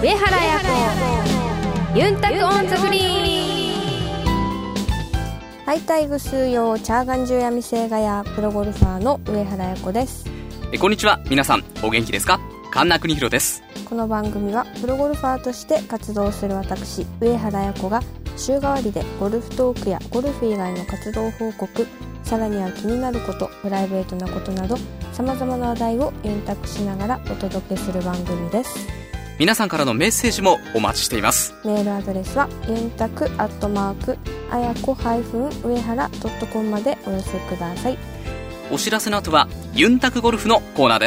上原彩子ユンタクオンザグリーン。 ハイタイグ数用チャーガンジュヤミセイガヤプロゴルファーの上原彩子です。 こんにちは、皆さんお元気ですか？神名国弘です。 この番組はプロゴルファーとして活動する私上原彩子が週替わりでゴルフトークやゴルフ以外の活動報告、さらには気になること、プライベートなことなど様々な話題をユンタクしながらお届けする番組です。 皆さんからのメッセージもお待ちしています。 メールアドレスはユンタクあやこ上原.com までお寄せください。 お知らせの後はユンタクゴルフのコーナーです。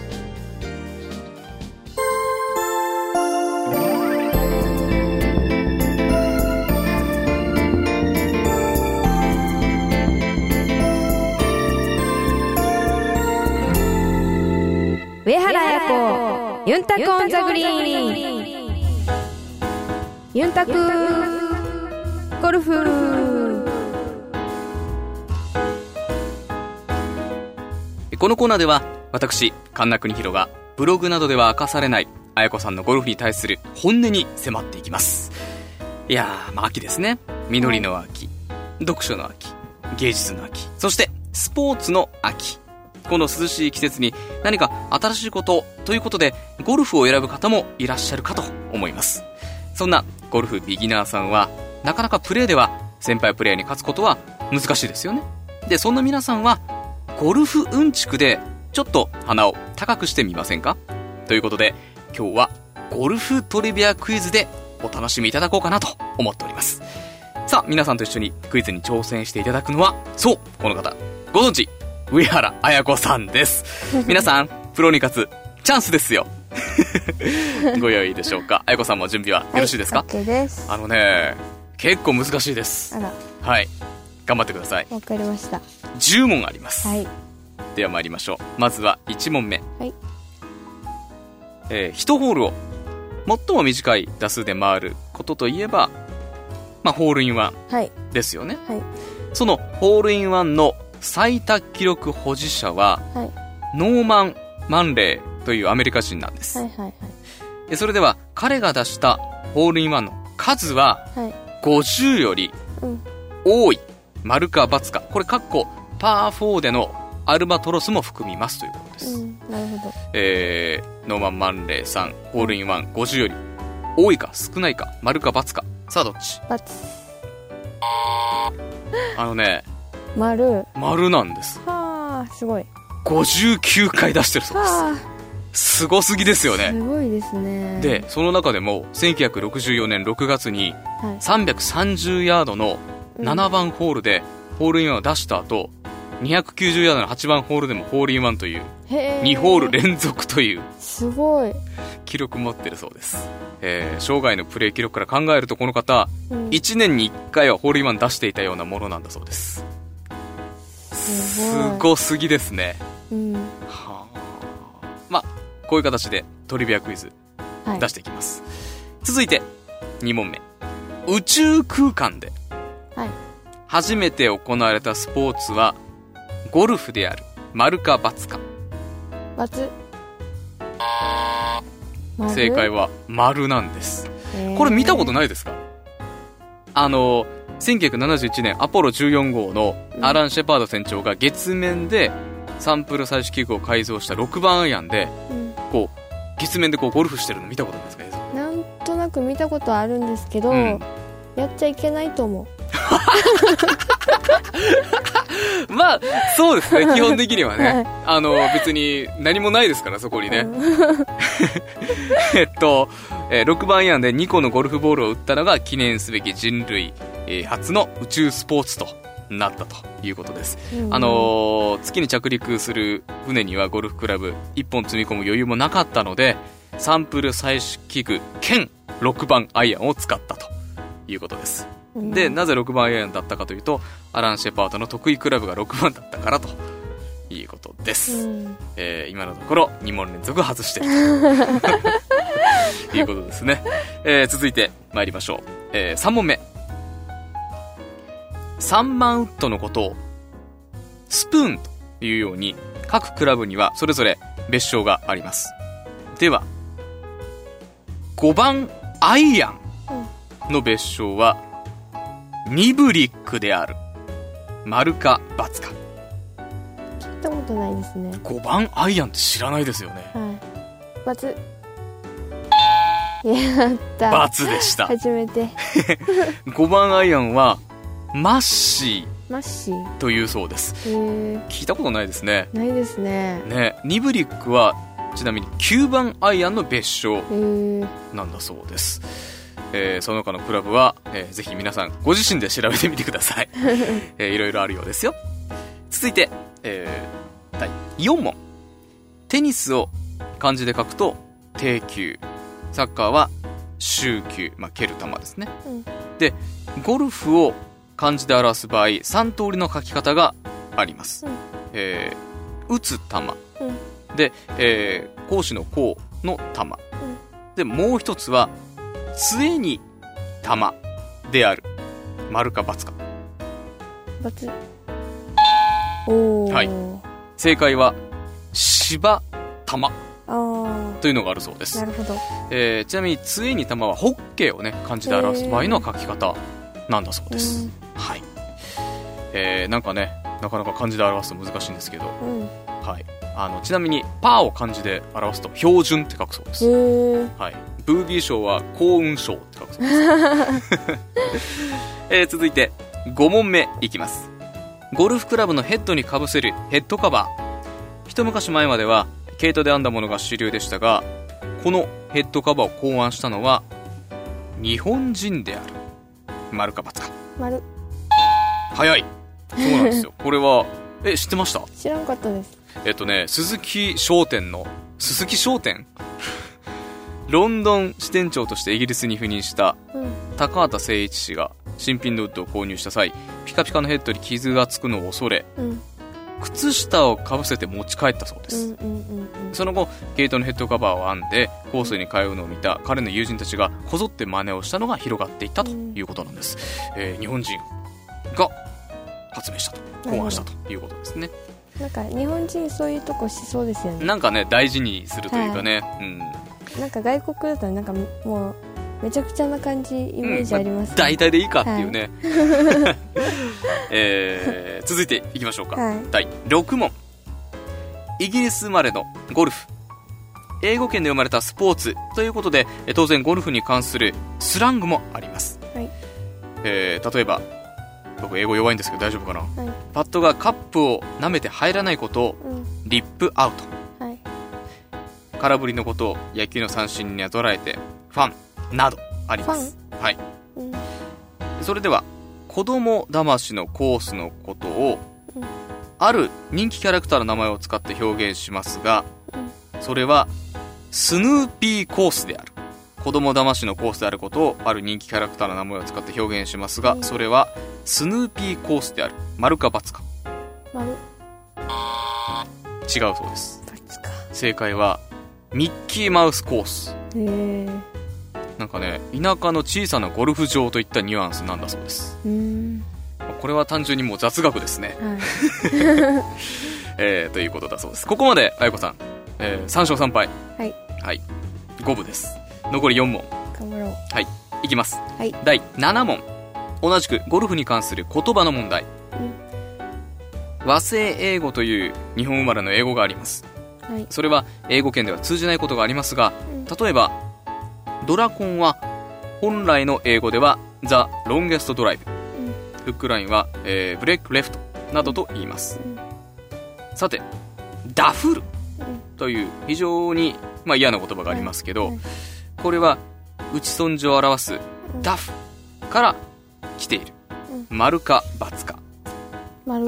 上原彩子ユンタクオンザグリーン。ユンタクゴルフ。 このコーナーでは私神名国弘がブログなどでは明かされない彩子さんのゴルフに対する本音に迫っていきます。いやー、秋ですね。実りの秋、読書の秋、芸術の秋、そしてスポーツの秋。この涼しい季節に何か新しいことということでゴルフを選ぶ方もいらっしゃるかと思います。そんなゴルフビギナーさんはなかなかプレーでは先輩プレーヤーに勝つことは難しいですよね。で、そんな皆さんはゴルフうんちくでちょっと鼻を高くしてみませんか？ということで今日はゴルフトリビアクイズでお楽しみいただこうかなと思っております。さあ、皆さんと一緒にクイズに挑戦していただくのは、そう、この方ご存知上原彩子さんです。皆さんプロに勝つチャンスですよ。ご用意でしょうか？彩子さんも準備はよろしいですか？ はい、OK です。 結構難しいです。 あら、 はい、頑張ってください。 わかりました。 10問あります。 はい、 では参りましょう。まずは1問目。 はい。 1ホールを最も短い打数で回ることといえば、ホールインワンですよね。 はい。 そのホールインワンの最多記録保持者は、 はい、 ノーマン・マンレーというアメリカ人なんです。 はいはいはい。 それでは彼が出したホールインワンの数は、 はい、 50より多い、丸か×か、これパー4でのアルバトロスも含みますということです。 なるほど。 ノーマン・マンレーさんホールインワン50より多いか少ないか、丸か×か、さあどっち？ ×。 丸なんです。 はあ、すごい。 59回出してるそうです。すごすぎですよね。 すごいですね。 で、その中でも1964年6月に330ヤードの7番ホールでホールインワンを出した後、290ヤードの8番ホールでもホールインワンという2ホール連続というすごい記録持ってるそうです。生涯のプレー記録から考えるとこの方、1年に1回はホールインワン出していたようなものなんだそうです。すごすぎですね。はあ、こういう形でトリビアクイズ出していきます。続いて2問目。宇宙空間で初めて行われたスポーツはゴルフである、丸か×か？ ×。 正解は丸なんです。これ見たことないですか？1971年アポロ14号のアラン・シェパード船長が月面でサンプル採取器具を改造した6番アイアンで、月面でゴルフしてるの見たことないですか？ なんとなく見たことあるんですけど、やっちゃいけないと思う。 そうですね。基本的にはね、別に何もないですから、そこにね。6番アイアンで2個のゴルフボールを打ったのが記念すべき人類初の宇宙スポーツとなったということです。月に着陸する船にはゴルフクラブ1本積み込む余裕もなかったので、サンプル採取器具兼6番アイアンを使ったということです。で、なぜ6番アイアンだったかというと、アラン・シェパードの得意クラブが6番だったからということです。今のところ2問連続外しているということですね。続いて参りましょう。3問目。3番ウッドのことをスプーンというように各クラブにはそれぞれ別称があります。では 5番アイアンの別称はニブリックである。丸か×か。 聞いたことないですね。 5番アイアンって知らないですよね。 はい。×。やった。 ×でした。 初めて。 5番アイアンはマッシマッシーーというそうです。聞いたことないですね。 ないですね。 ね、ニブリックはちなみに9番アイアンの別称なんだそうです。その他のクラブは、ぜひ皆さんご自身で調べてみてください。いろいろあるようですよ。続いて、第4問。テニスを漢字で書くと低球、サッカーは蹴球、蹴る球ですね、でゴルフを漢字で表す場合3通りの書き方があります、打つ球、で、攻守の攻の球、でもう一つは杖に玉である。丸か×か。 ×。おー、 はい、正解は芝玉というのがあるそうです。 なるほど。 ちなみに杖に玉はホッケーをね漢字で表す場合の書き方なんだそうです。はい。なんかね、なかなか漢字で表すと難しいんですけど、はい、ちなみにパーを漢字で表すと標準って書くそうです。はい、ブービー賞は幸運賞って書くそうです。続いて5問目いきます。ゴルフクラブのヘッドにかぶせるヘッドカバー。一昔前までは毛糸で編んだものが主流でしたが、このヘッドカバーを考案したのは日本人である。丸か×か。 丸。 早い。そうなんですよ。これは知ってました？ 知らんかったです。 鈴木商店ロンドン支店長としてイギリスに赴任した高畑誠一氏が新品のウッドを購入した際、ピカピカのヘッドに傷がつくのを恐れ、靴下をかぶせて持ち帰ったそうです。その後毛糸のヘッドカバーを編んでコースに通うのを見た彼の友人たちがこぞって真似をしたのが広がっていったということなんです。日本人が発明したと、考案したということですね。 なんか日本人そういうとこしそうですよね。 なんかね、大事にするというかね、 なんか外国だとなんかもうめちゃくちゃな感じイメージありますね。 大体でいいかっていうね、続いていきましょうか、第6問。イギリス生まれのゴルフ、英語圏で生まれたスポーツということで、当然ゴルフに関するスラングもあります、例えば僕英語弱いんですけど大丈夫かな、パットがカップを舐めて入らないことをリップアウト、空振りのことを野球の三振に捉えてファンなどあります。はい、それでは子供騙しのコースのことを、ある人気キャラクターの名前を使って表現しますが、それはスヌーピーコースである。子供騙しのコースであることをある人気キャラクターの名前を使って表現しますが、それはスヌーピーコースである。丸か×か。 丸。 違うそうです。 ×か。 正解はミッキーマウスコース。なんかね、田舎の小さなゴルフ場といったニュアンスなんだそうです。これは単純にもう雑学ですね、ということだそうです。ここまであやこさん、3勝3敗。はい、5分です。残り4問頑張ろう。 はい、いきます、第7問。同じくゴルフに関する言葉の問題、和製英語という日本生まれの英語があります、それは英語圏では通じないことがありますが、例えばドラコンは本来の英語では The Longest Drive、フックラインは、ブレックレフトなどと言います、さてダフルという非常に、嫌な言葉がありますけど、これは打ち損じを表すダフから来ている。丸か×か。 丸。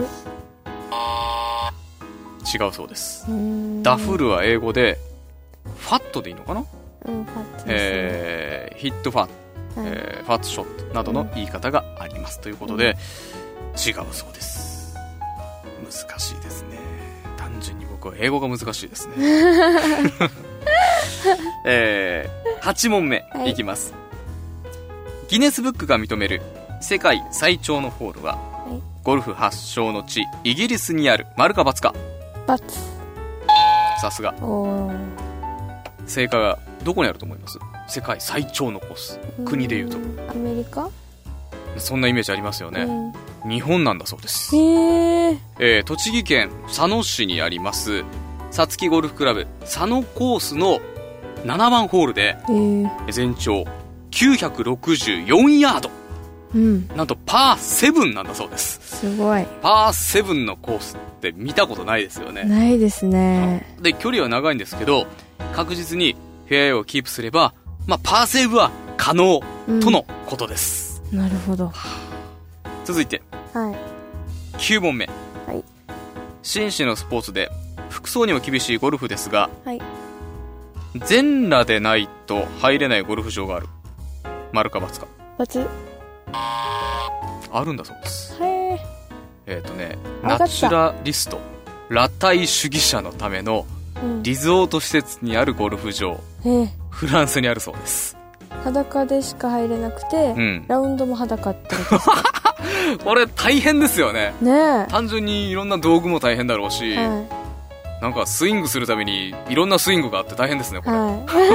違うそうです。ダフルは英語でファットでいいのかな、 ファットですね。 ヒットファット、ファットショットなどの言い方がありますということで、違うそうです。難しいですね。単純に僕は英語が難しいですね。8問目いきます、ギネスブックが認める世界最長のホールは、ゴルフ発祥の地イギリスにある。丸か×か。 ×。 さすが。正解はどこにあると思います？ 世界最長のコース、国でいうとアメリカ、 そんなイメージありますよね、日本なんだそうです。栃木県佐野市にありますさつきゴルフクラブ佐野コースの7番ホールで、全長964ヤード、なんとパー7なんだそうです。 すごい。 パー7のコースって見たことないですよね。 ないですね。 で、距離は長いんですけど、確実にフェアウェイをキープすれば、パーセーブは可能とのことです。 なるほど。 続いて、9問目、紳士のスポーツで服装にも厳しいゴルフですが、全裸でないと入れないゴルフ場がある。丸か×か。 ×。 あるんだそうです。 ナナチュラリスト裸体主義者のためのリゾート施設にあるゴルフ場、フランスにあるそうです。 裸でしか入れなくて、ラウンドも裸ってことですか？ これ大変ですよね。単純にいろんな道具も大変だろうし、なんかスイングするためにいろんなスイングがあって大変ですねこれ。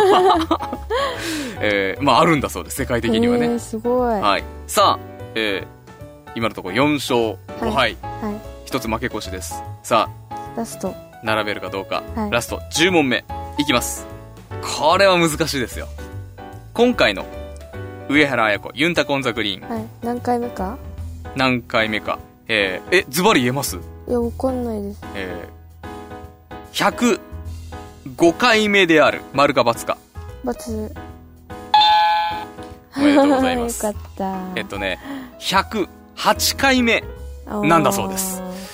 あるんだそうです、世界的にはね。 すごい。 さあ、今のところ4勝5敗、1つ負け越しです。さあラスト並べるかどうか、ラスト10問目いきます。これは難しいですよ。今回の上原綾子ユンタコンザグリーン、 何回目かズバリ言えます？ いや、わかんないです。 105回目である。丸か×か。 ×。 おめでとうございます。 よかった。 108回目なんだそうです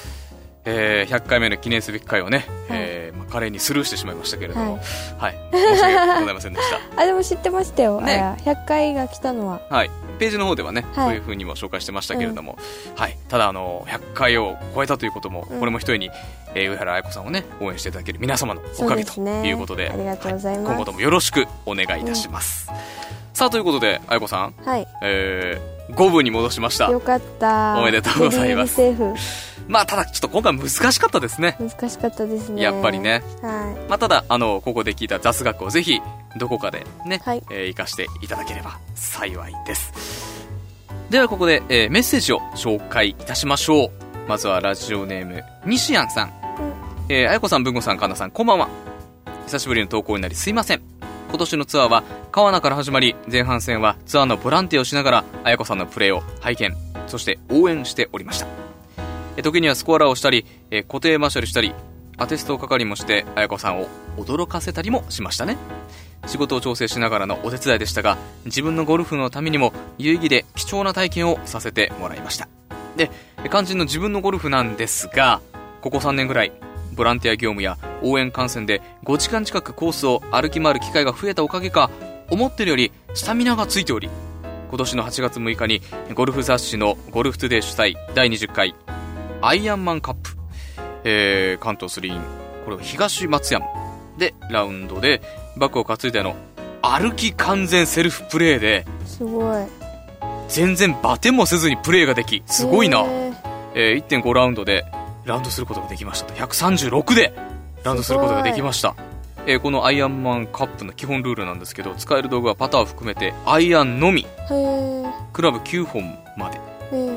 。100回目の記念すべき回をね、華麗にスルーしてしまいましたけれども、申し訳ございませんでした。 でも知ってましたよ、100回が来たのは。 ページの方ではね、そういう風にも紹介してましたけれども、ただ100回を超えたということも、これも一重に、上原綾子さんをね応援していただける皆様のおかげということで、 ありがとうございます。 今後ともよろしくお願いいたします。さあということで綾子さん、5分に戻しました。 よかった。 おめでとうございます。 セーフ。 ただちょっと今回難しかったですね。 難しかったですね、 やっぱりね。ただここで聞いた雑学をぜひどこかでね、活かしていただければ幸いです。ではここで、メッセージを紹介いたしましょう。まずはラジオネーム西安さん、あやこさん、文吾さん、かなさん、こんばんは。久しぶりの投稿になりすいません。今年のツアーは川名から始まり、前半戦はツアーのボランティアをしながらあやこさんのプレーを拝見、そして応援しておりました。時にはスコアラーをしたり、固定マーシャルしたり、アテスト係もしてあやこさんを驚かせたりもしましたね。仕事を調整しながらのお手伝いでしたが、自分のゴルフのためにも有意義で貴重な体験をさせてもらいました。で、肝心の自分のゴルフなんですが、ここ3年ぐらいボランティア業務や応援観戦で5時間近くコースを歩き回る機会が増えたおかげか、思ってるよりスタミナがついており、今年の8月6日にゴルフ雑誌のゴルフトゥデイ主催第20回アイアンマンカップ、関東スリーン、これを東松山でラウンドでバッグを担いで歩き完全セルフプレーで、 すごい、 全然バテもせずにプレーができ、すごいな。1.5 ラウンドでラウンドすることができました。136でラウンドすることができました。このアイアンマンカップの基本ルールなんですけど、使える道具はパターを含めてアイアンのみ、クラブ9本まで。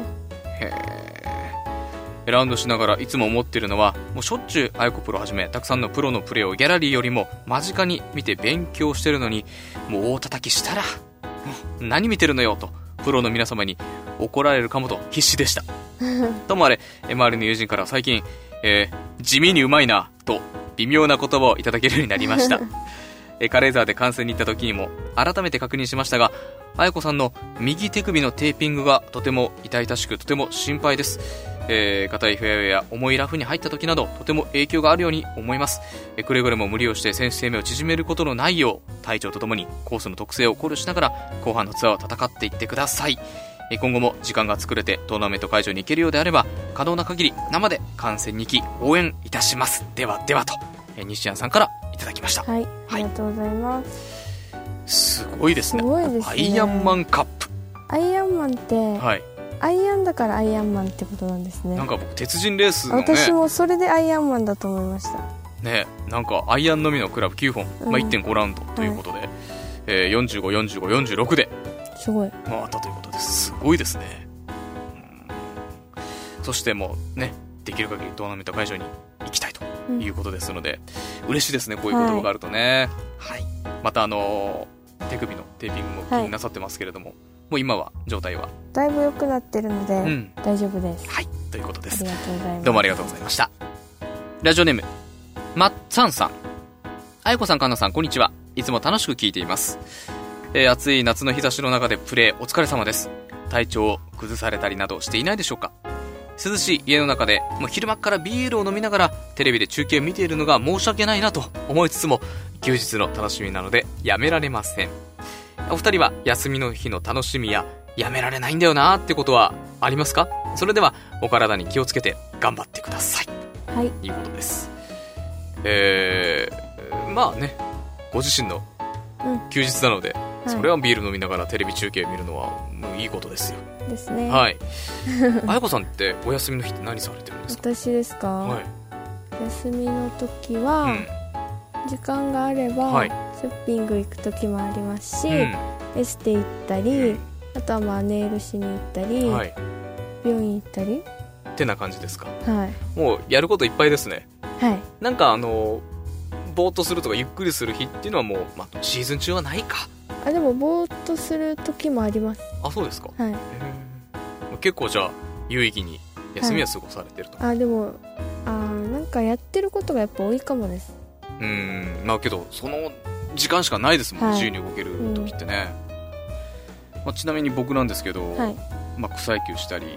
ラウンドしながらいつも思っているのは、もうしょっちゅうあやこプロはじめたくさんのプロのプレーをギャラリーよりも間近に見て勉強してるのに、もう大叩きしたら何見てるのよとプロの皆様に怒られるかもと必死でしたともあれ、周りの友人から最近、地味にうまいなと微妙な言葉をいただけるようになりました軽井沢で観戦に行った時にも改めて確認しましたが、あやこさんの右手首のテーピングがとても痛々しく、とても心配です。硬いフェアウェイや重いラフに入った時などとても影響があるように思います。くれぐれも無理をして選手生命を縮めることのないよう、体調とともにコースの特性を考慮しながら後半のツアーを戦っていってください。今後も時間が作れてトーナメント会場に行けるようであれば、可能な限り生で観戦に行き応援いたします。ではではと、西山さんからいただきました。 はい、ありがとうございます。 すごいですね。アイアンマンカップ。 アイアンマンって、アイアンだからアイアンマンってことなんですね。 なんか僕鉄人レースのね、 私もそれでアイアンマンだと思いましたね。なんかアイアンのみのクラブ9本、1.5 ラウンドということで、 45、45、46ですごい回ったということです。すごいですね。そしてもうね、できる限りトーナメント会場に行きたいということですので、嬉しいですね、こういう言葉があるとね。はい。また手首のテーピングも気になさってますけれども、もう今は状態はだいぶ良くなってるので、大丈夫です。 はい、ということです。 ありがとうございます。 どうもありがとうございました。ラジオネームまっちゃんさん、あやこさん、かんなさん、こんにちは。いつも楽しく聞いています。暑い夏の日差しの中でプレーお疲れ様です。体調を崩されたりなどしていないでしょうか。涼しい家の中でもう昼間からビールを飲みながらテレビで中継を見ているのが申し訳ないなと思いつつも、休日の楽しみなのでやめられません。お二人は休みの日の楽しみややめられないんだよなってことはありますか。それではお体に気をつけて頑張ってください。 はい、 いうことです。まあね、ご自身の休日なので、それはビール飲みながらテレビ中継見るのはもういいことですよ。 ですね。 はい。あやこさんってお休みの日って何されてるんですか。 私ですか、 はい、 休みの時は、時間があれば、ショッピング行く時もありますし、エステ行ったり、あとはまあネイルしに行ったり、病院行ったりってな感じですか。 はい。 もうやることいっぱいですね。 はい。 なんかぼーっとするとかゆっくりする日っていうのはもう、シーズン中はないか。 でもぼーっとする時もあります。 あ、そうですか。 はい。 結構じゃあ有意義に休みは過ごされてると。 でもなんかやってることがやっぱ多いかもです。 けどその時間しかないですもんね、自由に動ける時ってね。ちなみに僕なんですけど、草野球したり、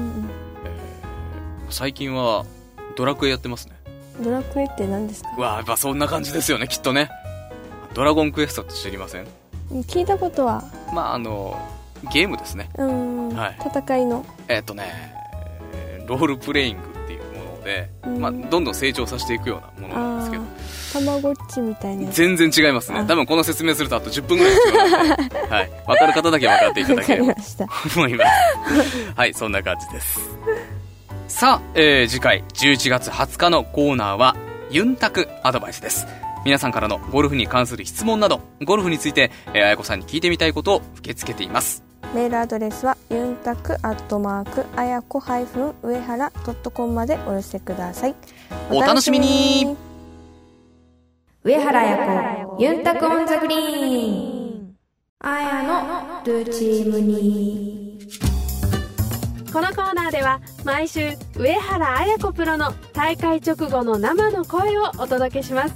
最近はドラクエやってますね。 ドラクエって何ですか。 やっぱそんな感じですよね、きっとね。ドラゴンクエストって知りません。 聞いたことは。 ゲームですね。 戦いのロールプレイングっていうもので、どんどん成長させていくようなものなんですけど、 たまごっちみたいな。 全然違いますね。多分この説明するとあと10分ぐらい必要なので、分かる方だけ分かっていただければと思います。はい、そんな感じです。さあ、次回11月20日のコーナーはユンタクアドバイスです。皆さんからのゴルフに関する質問など、ゴルフについてあやこさんに聞いてみたいことを受け付けています。 メールアドレスはユンタクあやこ上原.com までお寄せください。 お楽しみに。 上原彩子ユンタクオンザグリーン、あやのルチームに。 このコーナーでは毎週上原彩子プロの大会直後の生の声をお届けします。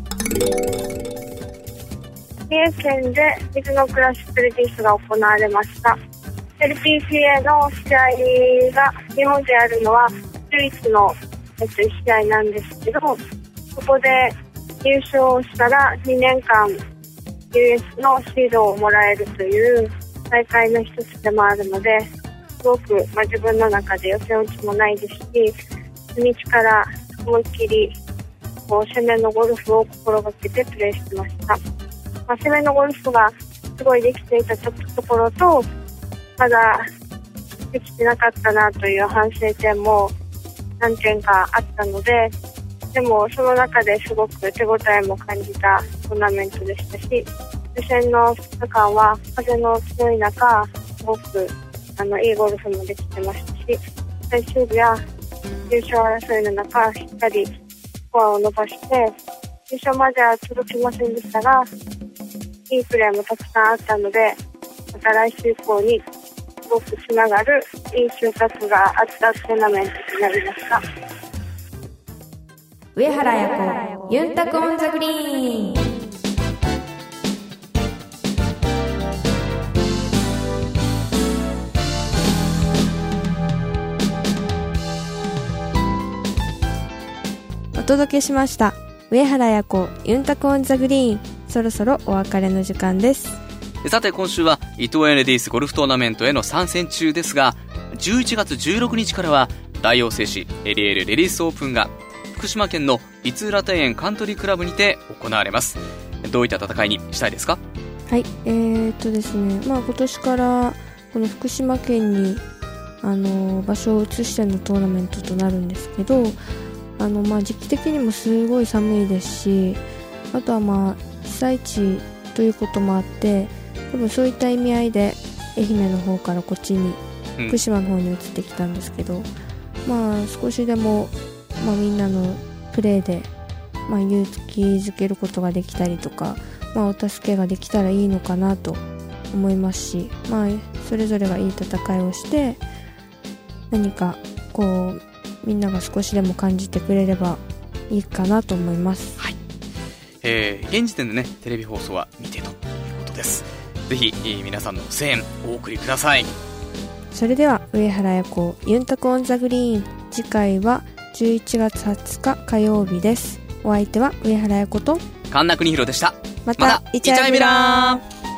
三重県で水のクラシックレディースが行われました。 LPGA の試合が日本であるのは唯一の試合なんですけど、そこで優勝したら2年間 US のシードをもらえるという大会の一つでもあるので、すごく、自分の中で予選落ちもないですし、初日から思いっきり攻めのゴルフを心がけてプレーしてました。攻めのゴルフがすごいできていたところと、まだできてなかったなという反省点も何点かあったので、でもその中ですごく手応えも感じたトーナメントでしたし、予選の2日間は風の強い中、すごくいいゴルフもできてましたし、最終日は優勝争いの中しっかりスコアを伸ばして優勝までは届きませんでしたが、いいプレーもたくさんあったので、また来週以降にすごくつながるいい収穫があったトーナメントになりました。 上原彩子ユンタクオンザグリーン。 お届けしました上原彩子ユンタクオンザグリーン。そろそろお別れの時間です。 さて今週は伊藤園レディースゴルフトーナメントへの参戦中ですが、11月16日からは大王製紙エリエールレディースオープンが福島県の五浦庭園カントリークラブにて行われます。どういった戦いにしたいですか。 はい、ですね、今年からこの福島県に場所を移してのトーナメントとなるんですけど、時期的にもすごい寒いですし、あとは被災地ということもあって、多分そういった意味合いで愛媛の方からこっちに福島の方に移ってきたんですけど、少しでも、みんなのプレーで、勇気づけることができたりとか、お助けができたらいいのかなと思いますし、それぞれがいい戦いをして何かこうみんなが少しでも感じてくれればいいかなと思います。 はい、現時点でねテレビ放送は見てということです。ぜひ、皆さんの声援お送りください。 それでは上原彩子ユンタクオンザグリーン、次回は11月20日火曜日です。お相手は上原彩子と神田邦弘でした。 またイチャイビラー。